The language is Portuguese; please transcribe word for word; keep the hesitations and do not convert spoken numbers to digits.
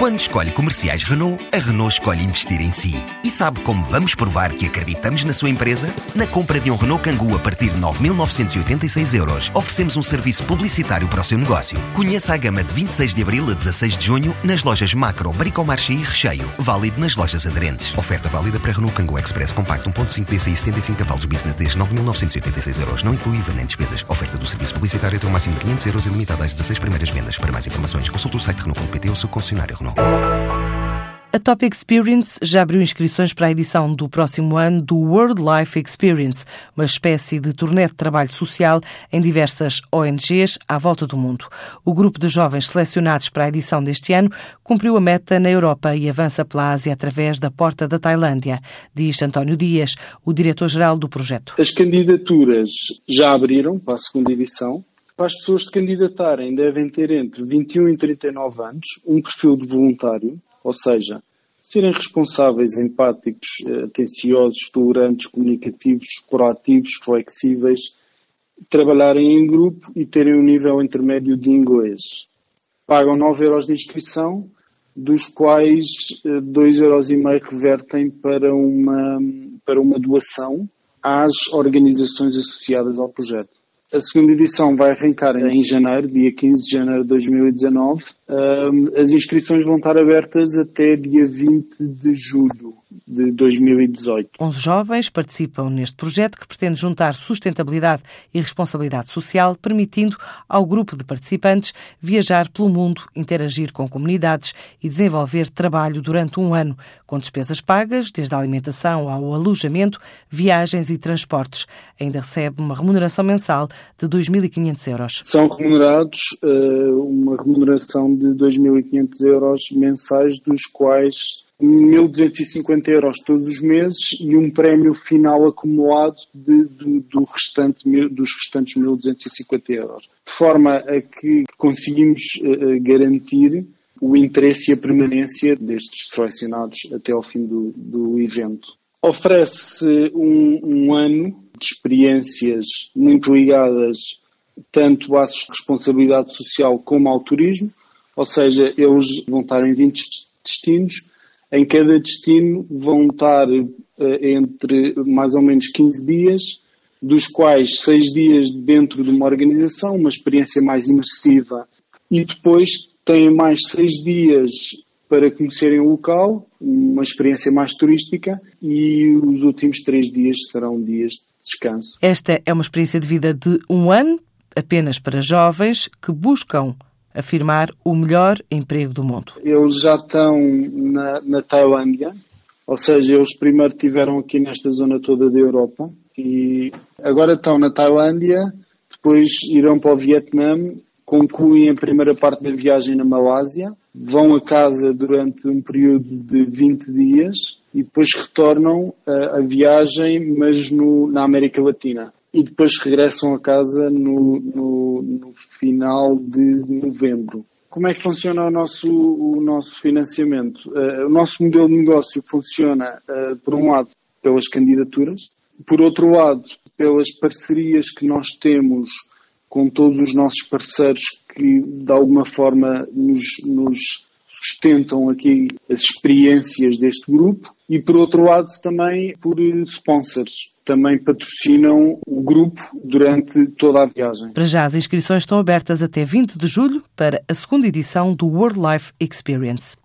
Quando escolhe comerciais Renault, a Renault escolhe investir em si. E sabe como vamos provar que acreditamos na sua empresa? Na compra de um Renault Kangoo a partir de nove mil novecentos e oitenta e seis euros, oferecemos um serviço publicitário para o seu negócio. Conheça a gama de vinte e seis de abril a dezasseis de junho nas lojas Macro, Bricomarché e Recheio. Válido nas lojas aderentes. Oferta válida para Renault Kangoo Express Compact um ponto cinco D C I setenta e cinco cavalos Business desde nove mil novecentos e oitenta e seis euros. Não inclui I V A nem despesas. Oferta do serviço publicitário até o máximo de quinhentos euros e limitada às dezasseis primeiras vendas. Para mais informações, consulte o site Renault ponto pt ou o seu concessionário Renault. A Top Experience já abriu inscrições para a edição do próximo ano do World Life Experience, uma espécie de turnê de trabalho social em diversas O N Gs à volta do mundo. O grupo de jovens selecionados para a edição deste ano cumpriu a meta na Europa e avança pela Ásia através da porta da Tailândia, diz António Dias, o diretor-geral do projeto. As candidaturas já abriram para a segunda edição. Para as pessoas se candidatarem devem ter entre vinte e um e trinta e nove anos, um perfil de voluntário, ou seja, serem responsáveis, empáticos, atenciosos, tolerantes, comunicativos, proativos, flexíveis, trabalharem em grupo e terem um nível intermédio de inglês. Pagam nove euros de inscrição, dos quais dois euros e meio revertem para uma, para uma doação às organizações associadas ao projeto. A segunda edição vai arrancar em janeiro, dia quinze de janeiro de dois mil e dezanove. As inscrições vão estar abertas até dia vinte de julho de dois mil e dezoito. onze jovens participam neste projeto que pretende juntar sustentabilidade e responsabilidade social, permitindo ao grupo de participantes viajar pelo mundo, interagir com comunidades e desenvolver trabalho durante um ano, com despesas pagas, desde a alimentação ao alojamento, viagens e transportes. Ainda recebe uma remuneração mensal de dois mil e quinhentos euros. São remunerados uh, uma remuneração de dois mil e quinhentos euros mensais, dos quais mil duzentos e cinquenta euros todos os meses e um prémio final acumulado de, de, do restante, dos restantes mil duzentos e cinquenta euros. De forma a que conseguimos uh, garantir o interesse e a permanência destes selecionados até ao fim do, do evento. Oferece um, um ano de experiências muito ligadas tanto à responsabilidade social como ao turismo, ou seja, eles vão estar em vinte destinos. Em cada destino vão estar uh, entre mais ou menos quinze dias, dos quais seis dias dentro de uma organização, uma experiência mais imersiva, e depois têm mais seis dias para conhecerem o local, uma experiência mais turística, e os últimos três dias serão dias de descanso. Esta é uma experiência de vida de um ano, apenas para jovens que buscam afirmar o melhor emprego do mundo. Eles já estão na, na Tailândia, ou seja, eles primeiro estiveram aqui nesta zona toda da Europa e agora estão na Tailândia, depois irão para o Vietnã, concluem a primeira parte da viagem na Malásia, vão a casa durante um período de vinte dias e depois retornam a, a viagem, mas no, na América Latina. E depois regressam a casa no, no, no final de novembro. Como é que funciona o nosso, o nosso financiamento? Uh, o nosso modelo de negócio funciona, uh, por um lado, pelas candidaturas, por outro lado, pelas parcerias que nós temos com todos os nossos parceiros que, de alguma forma, nos, nos sustentam aqui as experiências deste grupo, e, por outro lado, também por sponsors. Também patrocinam o grupo durante toda a viagem. Para já, as inscrições estão abertas até vinte de julho para a segunda edição do World Life Experience.